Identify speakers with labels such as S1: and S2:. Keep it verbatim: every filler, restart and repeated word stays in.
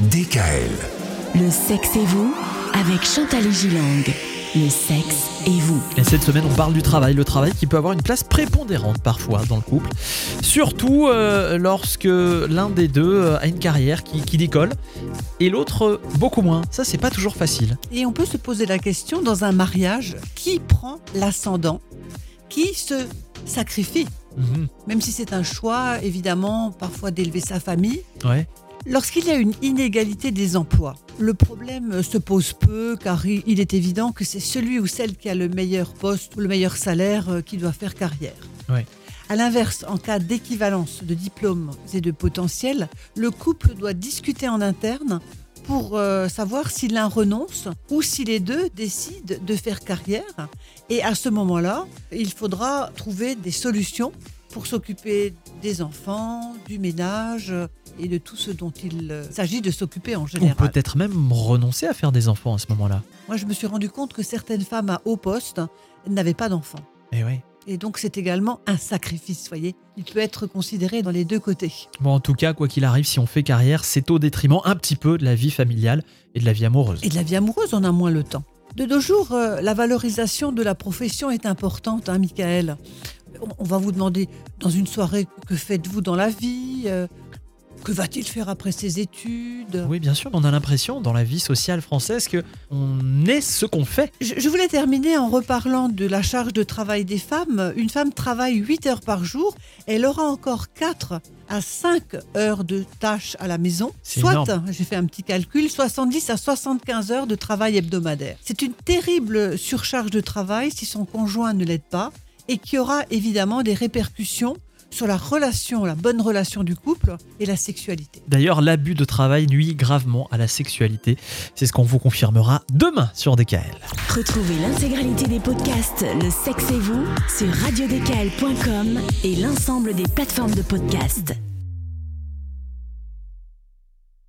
S1: D K L.
S2: Le sexe et vous, avec Chantal Gilang. Le sexe et vous.
S3: Et cette semaine, on parle du travail. Le travail qui peut avoir une place prépondérante parfois dans le couple. Surtout euh, lorsque l'un des deux a une carrière qui, qui décolle et l'autre euh, beaucoup moins. Ça, c'est pas toujours facile.
S4: Et on peut se poser la question, dans un mariage, qui prend l'ascendant ? Qui se sacrifie ?
S3: Mmh.
S4: Même si c'est un choix, évidemment, parfois d'élever sa famille.
S3: Ouais.
S4: Lorsqu'il y a une inégalité des emplois, le problème se pose peu, car il est évident que c'est celui ou celle qui a le meilleur poste ou le meilleur salaire qui doit faire carrière.
S3: Ouais.
S4: À l'inverse, en cas d'équivalence de diplômes et de potentiel, le couple doit discuter en interne pour euh, savoir si l'un renonce ou si les deux décident de faire carrière. Et à ce moment-là, il faudra trouver des solutions pour s'occuper des enfants, du ménage et de tout ce dont il euh, s'agit de s'occuper en général.
S3: Ou peut-être même renoncer à faire des enfants à ce moment-là.
S4: Moi, je me suis rendu compte que certaines femmes à haut poste n'avaient pas d'enfants.
S3: Et oui.
S4: Et donc, c'est également un sacrifice, voyez. Il peut être considéré dans les deux côtés.
S3: Bon, en tout cas, quoi qu'il arrive, si on fait carrière, c'est au détriment un petit peu de la vie familiale et de la vie amoureuse.
S4: Et de la vie amoureuse, on a moins le temps. De nos jours, euh, la valorisation de la profession est importante, hein, Michael. On, on va vous demander, dans une soirée, que faites-vous dans la vie ? euh, Que va-t-il faire après ses études ?
S3: Oui, bien sûr, mais on a l'impression, dans la vie sociale française, qu'on est ce qu'on fait.
S4: Je, je voulais terminer en reparlant de la charge de travail des femmes. Une femme travaille huit heures par jour. Elle aura encore quatre à cinq heures de tâches à la maison.
S3: C'est
S4: Soit,
S3: énorme.
S4: j'ai fait un petit calcul, soixante-dix à soixante-quinze heures de travail hebdomadaire. C'est une terrible surcharge de travail si son conjoint ne l'aide pas et qui aura évidemment des répercussions sur la relation, la bonne relation du couple et la sexualité.
S3: D'ailleurs, l'abus de travail nuit gravement à la sexualité. C'est ce qu'on vous confirmera demain sur D K L.
S2: Retrouvez l'intégralité des podcasts Le sexe et vous sur radio d k l point com et l'ensemble des plateformes de podcasts.